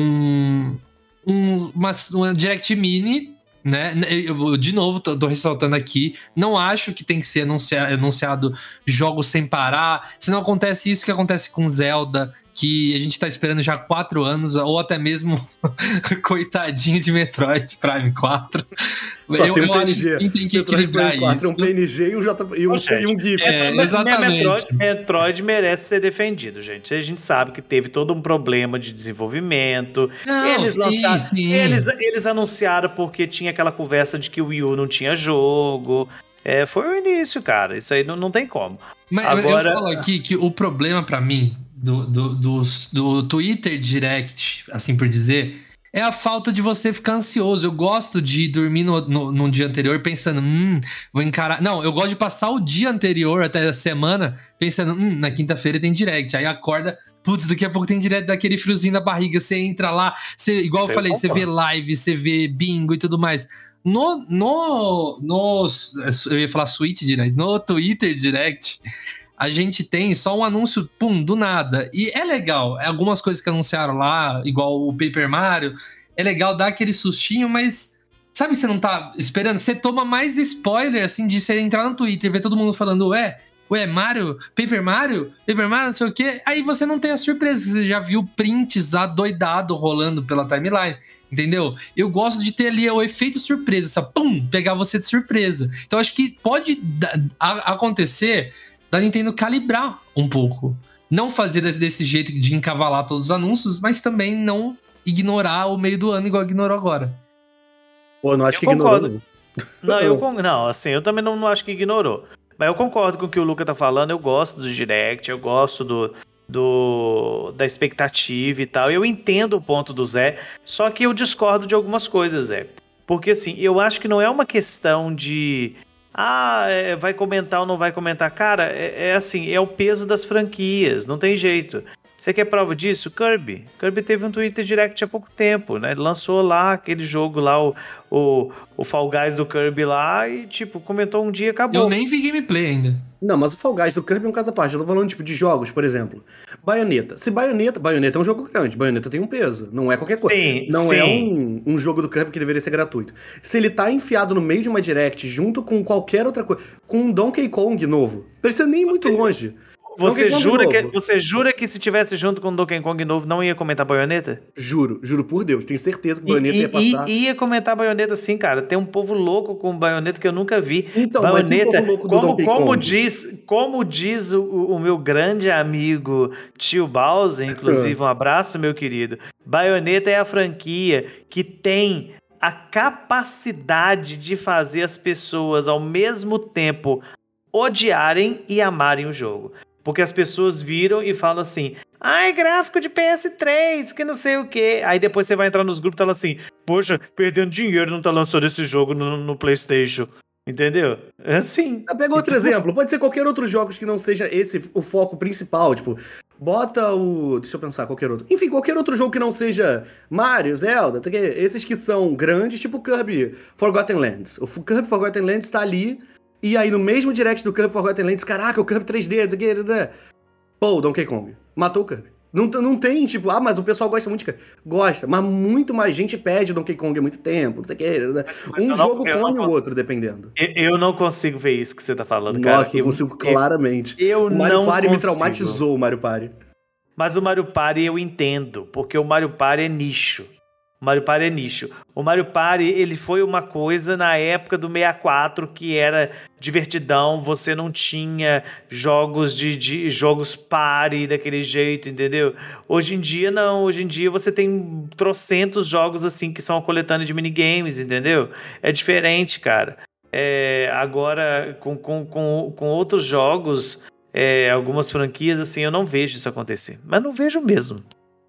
uma Direct Mini, né? Eu, de novo, tô ressaltando aqui, não acho que tem que ser anunciado jogos sem parar. Se não acontece isso que acontece com Zelda, que a gente tá esperando já há 4 anos, ou até mesmo coitadinho de Metroid Prime 4. Só tem um PNG. Acho que tem que equilibrar isso. Um PNG e um GIF. Exatamente. Metroid merece ser defendido, gente. A gente sabe que teve todo um problema de desenvolvimento. Eles anunciaram porque tinha aquela conversa de que o Wii U não tinha jogo. Foi o início, cara. Isso aí não tem como. Mas agora... eu falo aqui que o problema pra mim do Twitter Direct, assim por dizer, é a falta de você ficar ansioso. Eu gosto de dormir no dia anterior pensando, vou encarar... Não, eu gosto de passar o dia anterior, até a semana, pensando, na quinta-feira tem Direct. Aí acorda, putz, daqui a pouco tem Direct, daquele friozinho da barriga, você entra lá, igual eu falei, você vê live, você vê bingo e tudo mais. Eu ia falar Switch Direct, no Twitter Direct, a gente tem só um anúncio, do nada. E é legal, algumas coisas que anunciaram lá, igual o Paper Mario, é legal dar aquele sustinho, mas sabe, você não tá esperando, você toma mais spoiler, assim, de você entrar no Twitter e ver todo mundo falando, ué, Mario, Paper Mario, não sei o quê. Aí você não tem a surpresa, você já viu prints adoidado rolando pela timeline, entendeu? Eu gosto de ter ali o efeito surpresa, essa pum, pegar você de surpresa. Então acho que pode acontecer da Nintendo calibrar um pouco. Não fazer desse jeito de encavalar todos os anúncios, mas também não ignorar o meio do ano igual ignorou agora. Pô, não acho que ignorou, não. Não, assim, eu também não acho que ignorou. Mas eu concordo com o que o Luca tá falando, eu gosto do Direct, eu gosto da expectativa e tal. Eu entendo o ponto do Zé, só que eu discordo de algumas coisas, Zé. Porque assim, eu acho que não é uma questão de... vai comentar ou não vai comentar. Cara, assim, é o peso das franquias, não tem jeito. Você quer prova disso? Kirby. Kirby teve um Twitter Direct há pouco tempo, né? Ele lançou lá aquele jogo lá, o Fall Guys do Kirby lá e, tipo, comentou um dia e acabou. Eu nem vi gameplay ainda. Não, mas o Fall Guys do Kirby é um caso à parte. Eu tô falando, tipo, de jogos, por exemplo. Bayonetta. Bayonetta é um jogo grande. Bayonetta tem um peso. Não é qualquer coisa. Sim, não sim. É um jogo do Kirby que deveria ser gratuito. Se ele tá enfiado no meio de uma Direct, junto com qualquer outra coisa, com um Donkey Kong novo, precisa nem ir muito longe. Você jura que se tivesse junto com o Donkey Kong novo não ia comentar Bayonetta? Juro por Deus, tenho certeza que Bayonetta ia passar. Ia comentar Bayonetta sim, cara. Tem um povo louco com Bayonetta que eu nunca vi. Então, Bayonetta, mas um povo louco do Donkey Kong. Como diz o meu grande amigo Tio Bowser, inclusive um abraço, meu querido. Bayonetta é a franquia que tem a capacidade de fazer as pessoas ao mesmo tempo odiarem e amarem o jogo. Porque as pessoas viram e falam assim, ai, gráfico de PS3, que não sei o quê. Aí depois você vai entrar nos grupos e fala assim, poxa, perdendo dinheiro não tá lançando esse jogo no PlayStation. Entendeu? É assim. Pega outro exemplo, pode ser qualquer outro jogo que não seja esse o foco principal, tipo, bota o... Deixa eu pensar, qualquer outro. Enfim, qualquer outro jogo que não seja Mario, Zelda, esses que são grandes, tipo Kirby Forgotten Lands. O Kirby Forgotten Lands tá ali... E aí, no mesmo direct do Kirby Forgotten Lands, caraca, o Kirby 3D, isso aqui, pô, o Donkey Kong. Matou o Kirby. Não tem, tipo, mas o pessoal gosta muito de Kirby. Gosta, mas muito mais gente pede o Donkey Kong há muito tempo, não sei o que. Um jogo come o outro, dependendo. Eu não consigo ver isso que você tá falando, cara. Nossa, eu consigo claramente. O Mario Party me traumatizou, o Mario Party. Mas o Mario Party eu entendo, porque o Mario Party é nicho. O Mario Party é nicho. O Mario Party, ele foi uma coisa na época do 64 que era divertidão, você não tinha jogos jogos party daquele jeito, entendeu? Hoje em dia não, hoje em dia você tem trocentos jogos assim que são a coletânea de minigames, entendeu? É diferente, cara. Agora, com outros jogos, algumas franquias, assim, eu não vejo isso acontecer. Mas não vejo mesmo.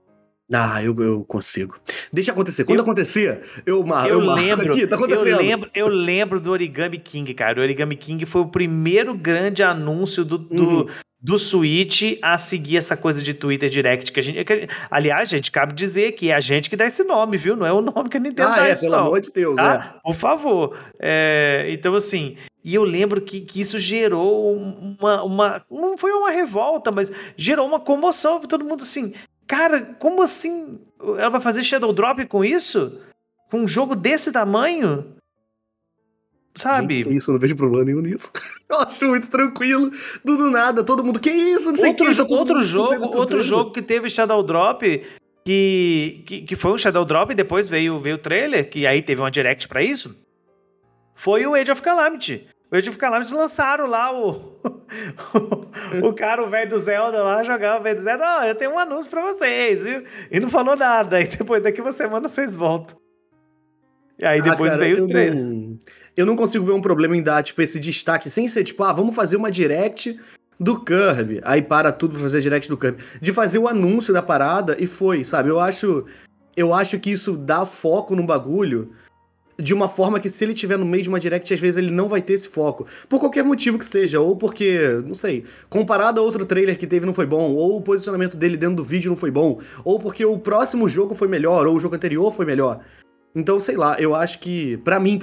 Eu consigo. Deixa acontecer. Quando acontecer, eu marco aqui, tá acontecendo. Eu lembro do Origami King, cara. O Origami King foi o primeiro grande anúncio do Switch a seguir essa coisa de Twitter Direct. Aliás, gente, cabe dizer que é a gente que dá esse nome, viu? Não é o nome que a Nintendo dá isso, pelo amor de Deus, tá? Por favor. Então, assim... E eu lembro que isso gerou não foi uma revolta, mas gerou uma comoção pra todo mundo, assim... Cara, como assim? Ela vai fazer Shadow Drop com isso? Com um jogo desse tamanho? Sabe? Gente, que isso, eu não vejo problema nenhum nisso. Eu acho muito tranquilo. Do nada, todo mundo, que isso? Não sei o que. Outro jogo que teve Shadow Drop, que foi um Shadow Drop e depois veio o trailer, que aí teve uma Direct pra isso, foi o Age of Calamity. O Age of Calamity lançaram lá o cara, o velho do Zelda lá, jogava o velho do Zelda, eu tenho um anúncio pra vocês, viu? E não falou nada, aí depois daqui uma semana vocês voltam. E aí depois veio o trailer. Eu não consigo ver um problema em dar, tipo, esse destaque, sem ser, tipo, vamos fazer uma Direct do Kirby, aí para tudo pra fazer a Direct do Kirby. De fazer o anúncio da parada e foi, sabe? Eu acho que isso dá foco no bagulho de uma forma que, se ele estiver no meio de uma Direct, às vezes ele não vai ter esse foco. Por qualquer motivo que seja. Ou porque, não sei, comparado a outro trailer que teve não foi bom. Ou o posicionamento dele dentro do vídeo não foi bom. Ou porque o próximo jogo foi melhor. Ou o jogo anterior foi melhor. Então, sei lá, eu acho que... Pra mim,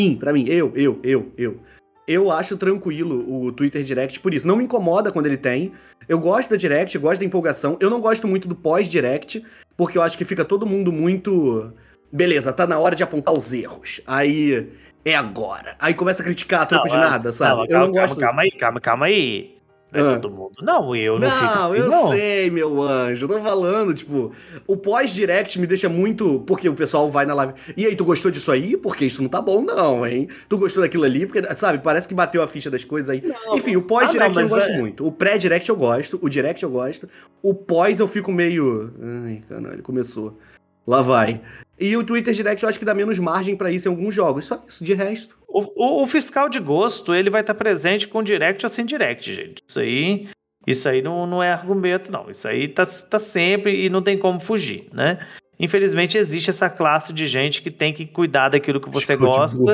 eu acho tranquilo o Twitter Direct por isso. Não me incomoda quando ele tem. Eu gosto da Direct, eu gosto da empolgação. Eu não gosto muito do pós-Direct, porque eu acho que fica todo mundo muito... Beleza, tá na hora de apontar os erros. Aí é agora. Aí começa a criticar a troco de nada, sabe? Eu não gosto. Calma aí. todo mundo. Não, eu não fico assim, eu não. sei, meu anjo. Eu tô falando, tipo, o pós-direct me deixa muito. Porque o pessoal vai na live. E aí, tu gostou disso aí? Porque isso não tá bom, não, hein? Tu gostou daquilo ali? Porque, sabe, parece que bateu a ficha das coisas aí. Não. Enfim, o pós-direct eu não gosto é. muito. O pré-direct eu gosto. O direct eu gosto. O pós eu fico meio. Ai, caralho, começou. Lá vai. E o Twitter Direct eu acho que dá menos margem pra isso em alguns jogos. Só isso, de resto. O fiscal de gosto, ele vai estar presente com direct ou sem direct, gente. Isso aí não é argumento, não. Isso aí tá sempre e não tem como fugir, né? Infelizmente, existe essa classe de gente que tem que cuidar daquilo que você gosta.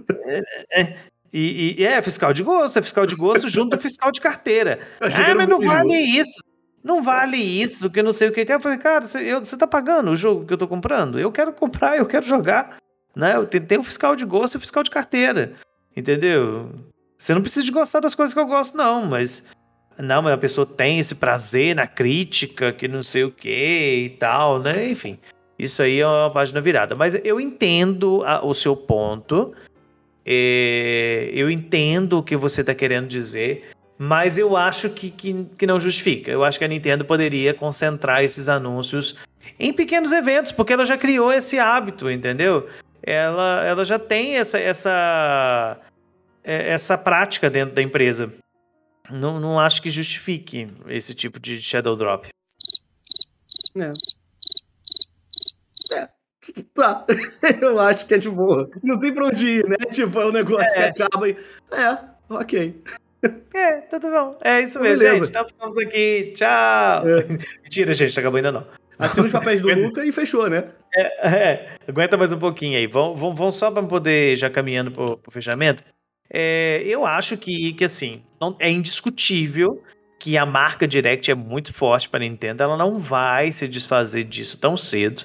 Fiscal de gosto. É fiscal de gosto junto do fiscal de carteira. Mas não vale isso. Não vale isso, que não sei o que. Eu falei, cara, você tá pagando o jogo que eu tô comprando? Eu quero comprar, eu quero jogar. Né? Tem o fiscal de gosto e o fiscal de carteira. Entendeu? Você não precisa de gostar das coisas que eu gosto, não, mas a pessoa tem esse prazer na crítica, que não sei o que e tal, né? Enfim, isso aí é uma página virada. Mas eu entendo o seu ponto, eu entendo o que você tá querendo dizer, mas eu acho que não justifica. Eu acho que a Nintendo poderia concentrar esses anúncios em pequenos eventos, porque ela já criou esse hábito, entendeu? Ela já tem essa prática dentro da empresa. Não acho que justifique esse tipo de Shadow Drop. Tá. Eu acho que é de boa. Não tem pra onde ir, né? Tipo, é um negócio que acaba e... ok. Tudo bom. É isso mesmo, beleza. gente. Então ficamos aqui. Tchau. Mentira, gente. Não acabou ainda não. Assina os papéis do Luca e fechou, né? Aguenta mais um pouquinho aí. Vamos só para poder já caminhando pro fechamento. Eu acho que assim, é indiscutível que a marca Direct é muito forte para a Nintendo. Ela não vai se desfazer disso tão cedo.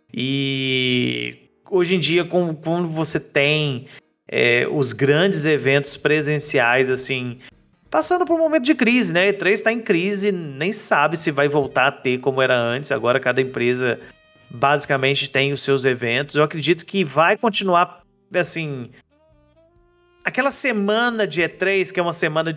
E hoje em dia, quando você tem os grandes eventos presenciais, assim, passando por um momento de crise, né? A E3 está em crise, nem sabe se vai voltar a ter como era antes. Agora cada empresa basicamente tem os seus eventos. Eu acredito que vai continuar, assim... Aquela semana de E3, que é uma semana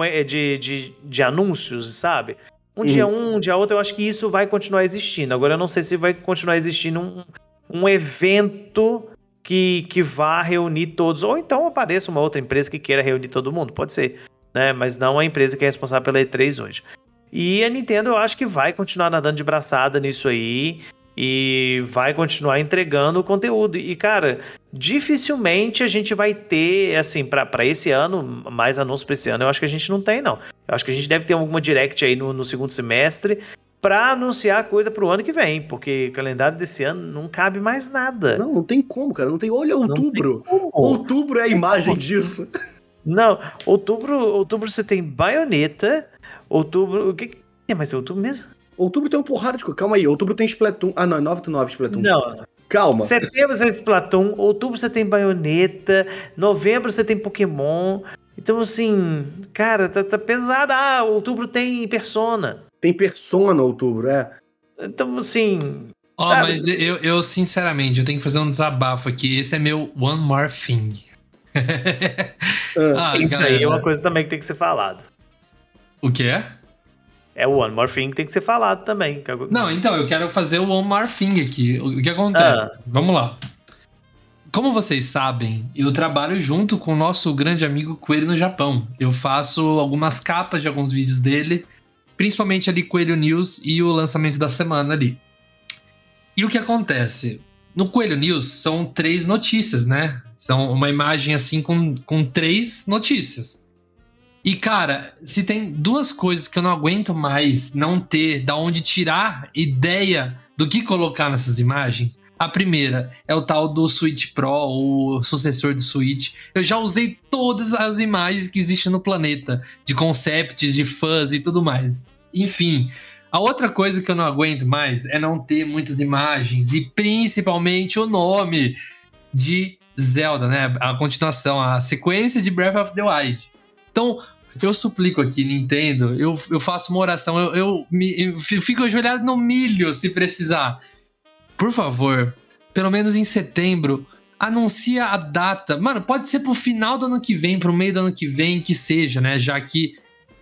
de anúncios, sabe? Dia um, dia outro, eu acho que isso vai continuar existindo. Agora eu não sei se vai continuar existindo um evento que vá reunir todos. Ou então apareça uma outra empresa que queira reunir todo mundo, pode ser. Né? Mas não a empresa que é responsável pela E3 hoje. E a Nintendo eu acho que vai continuar nadando de braçada nisso aí e vai continuar entregando o conteúdo. E, cara, dificilmente a gente vai ter, assim, pra esse ano, mais anúncios pra esse ano, eu acho que a gente não tem, não. Eu acho que a gente deve ter alguma direct aí no segundo semestre pra anunciar coisa pro ano que vem, porque o calendário desse ano não cabe mais nada. Não tem como, cara. Não tem... Olha outubro. Outubro é a imagem disso. Não, outubro você tem Bayonetta, outubro... O que é mais outubro mesmo? Outubro tem uma porrada de coisa. Calma aí, outubro tem Splatoon. Ah, não, é 9 Splatoon. Não. Calma. Setembro você tem Splatoon, outubro você tem Bayonetta, novembro você tem Pokémon. Então, assim, cara, tá pesado. Ah, outubro tem Persona. Tem Persona outubro, Então, assim... Mas eu sinceramente, eu tenho que fazer um desabafo aqui. Esse é meu One More Thing. Isso galera, aí é uma coisa também que tem que ser falado. O que é? É o One More Thing que tem que ser falado também. Não, então, eu quero fazer o One More Thing aqui. O que acontece? Vamos lá. Como vocês sabem, eu trabalho junto com o nosso grande amigo Coelho no Japão. Eu faço algumas capas de alguns vídeos dele, principalmente ali Coelho News e o lançamento da semana ali. E o que acontece? No Coelho News são 3 notícias, né? São uma imagem assim com 3 notícias. E, cara, se tem 2 coisas que eu não aguento mais não ter da onde tirar ideia do que colocar nessas imagens, a primeira é o tal do Switch Pro, o sucessor do Switch. Eu já usei todas as imagens que existem no planeta, de concepts, de fãs e tudo mais. Enfim, a outra coisa que eu não aguento mais é não ter muitas imagens e principalmente o nome de Zelda, né? A continuação, a sequência de Breath of the Wild. Então, eu suplico aqui, Nintendo, eu faço uma oração, eu fico ajoelhado no milho se precisar. Por favor, pelo menos em setembro, anuncia a data. Mano, pode ser pro final do ano que vem, pro meio do ano que vem, que seja, né? Já que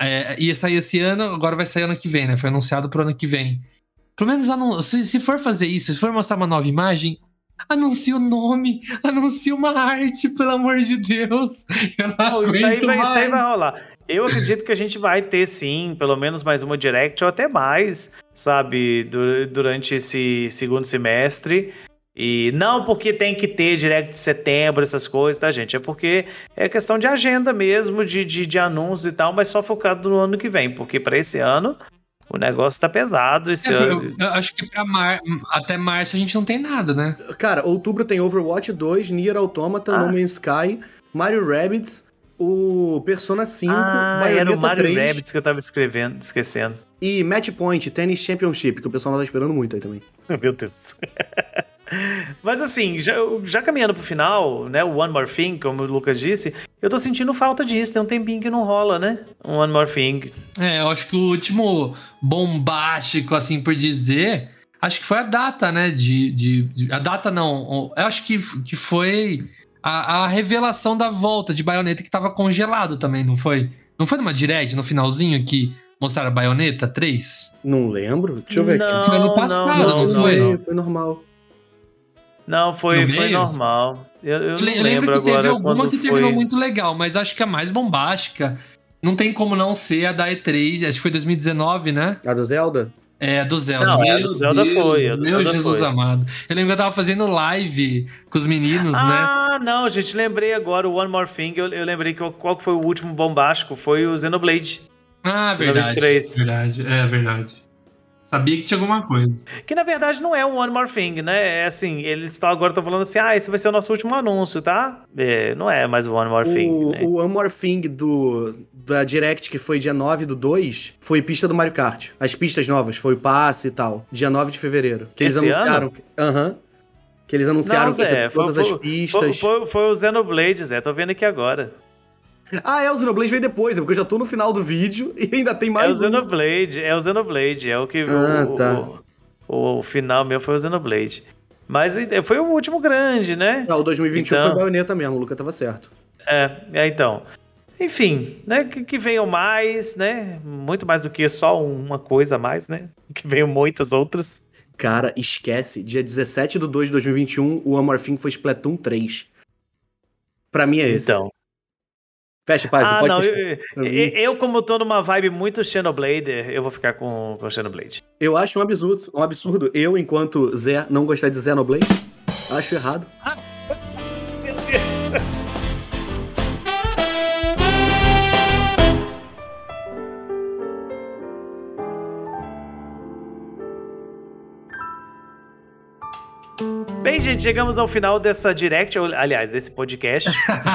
ia sair esse ano, agora vai sair ano que vem, né? Foi anunciado pro ano que vem. Pelo menos se for fazer isso, se for mostrar uma nova imagem, anuncia o nome, anuncia uma arte, pelo amor de Deus. Isso aí vai rolar. Eu acredito que a gente vai ter, sim, pelo menos mais uma Direct, ou até mais, sabe, durante esse segundo semestre. E não porque tem que ter Direct de setembro, essas coisas, tá, gente? É porque é questão de agenda mesmo, de anúncios e tal, mas só focado no ano que vem, porque para esse ano o negócio tá pesado. Eu acho que até março a gente não tem nada, né? Cara, outubro tem Overwatch 2, Nier Automata, No Man's Sky, Mario Rabbids, o Persona 5, Bayonetta era o Mario 3, Rabbids que eu tava esquecendo. E Match Point, Tennis Championship, que o pessoal não tá esperando muito aí também. Meu Deus. Mas assim, já caminhando pro final, né, o One More Thing, como o Lucas disse, eu tô sentindo falta disso, tem um tempinho que não rola, né? Um One More Thing. Eu acho que o último bombástico, assim por dizer, acho que foi a data, né, a data não, eu acho que foi a revelação da volta de Bayonetta, que tava congelado também, não foi? Não foi numa Direct, no finalzinho, que mostraram a Bayonetta 3? Não lembro, deixa eu ver aqui. Foi ano passado, não foi? Foi normal. Não, foi normal. Eu não lembro que teve agora alguma que terminou foi. muito legal, mas acho que a mais bombástica não tem como não ser a da E3, acho que foi 2019, né? A do Zelda? É, a do Zelda. Não, a do Zelda foi. Meu Jesus amado. Eu lembro que eu tava fazendo live com os meninos, né? Ah, não, gente, lembrei agora o One More Thing. Eu lembrei que qual que foi o último bombástico? Foi o Xenoblade. Ah, verdade. Verdade. Sabia que tinha alguma coisa. Que na verdade não é um One More Thing, né? É assim, eles agora estão falando assim, esse vai ser o nosso último anúncio, tá? Não é mais o One More Thing. Né? O One More Thing da Direct, que foi dia 9/2, foi pista do Mario Kart. As pistas novas, foi o passe e tal. Dia 9 de fevereiro. Que eles anunciaram. Aham. Que eles anunciaram todas as pistas. Foi o Xenoblade, Zé. Tô vendo aqui agora. O Xenoblade veio depois, porque eu já tô no final do vídeo e ainda tem mais É o Xenoblade. É o que... O final meu foi o Xenoblade. Mas foi o último grande, né? O 2021 foi Bayonetta mesmo, o Luca tava certo. Então... Enfim, né? Que venham mais, né? Muito mais do que só uma coisa a mais, né? Que venham muitas outras. Cara, esquece. Dia 17/2/2021, o One More Thing foi Splatoon 3. Pra mim é esse. Então... Fecha, pai, tu pode fechar. Eu, como tô numa vibe muito Xenoblade, eu vou ficar com Xenoblade. Eu acho um absurdo. Eu, enquanto Zé, não gostar de Xenoblade. Acho errado. Meu Deus. Bem, gente, chegamos ao final dessa Direct, aliás, desse podcast.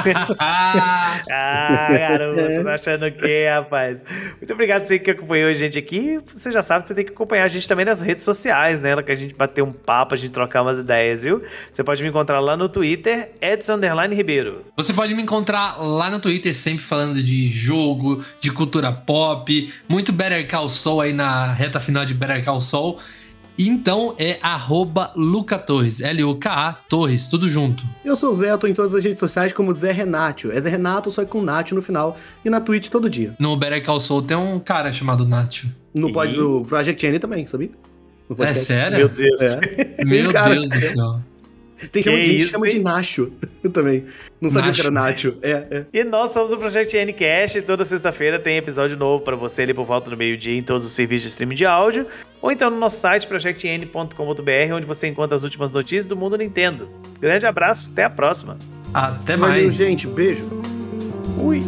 Garoto, tô achando o quê, rapaz? Muito obrigado a você que acompanhou a gente aqui. Você já sabe que você tem que acompanhar a gente também nas redes sociais, né? Que a gente bater um papo, a gente trocar umas ideias, viu? Você pode me encontrar lá no Twitter, Edson_Ribeiro. Você pode me encontrar lá no Twitter, sempre falando de jogo, de cultura pop, muito Better Call Saul aí na reta final de Better Call Saul. Então é @LucaTorres, Luka Torres, tudo junto. Eu sou o Zé, eu tô em todas as redes sociais como Zé Renato. É Zé Renato, só com Nacho no final. E na Twitch todo dia. No Better Call Saul tem um cara chamado Nacho. No Project N também, sabia? É sério? Meu Deus. Meu Deus do céu. Tem gente que chama de Nacho também. Não sabia que era Nacho. E nós somos o Project Ncast. Toda sexta-feira tem episódio novo pra você ali por volta do meio-dia em todos os serviços de streaming de áudio. Ou então no nosso site, projectn.com.br, onde você encontra as últimas notícias do mundo Nintendo. Grande abraço, até a próxima. Até mais. Valeu, gente. Beijo. Fui.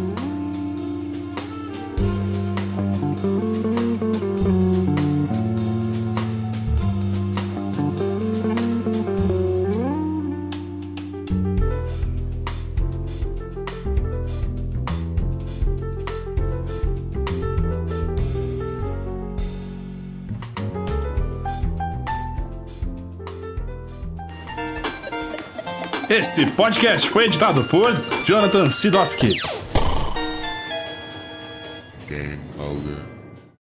Esse podcast foi editado por Jonathan Sidoski. Game.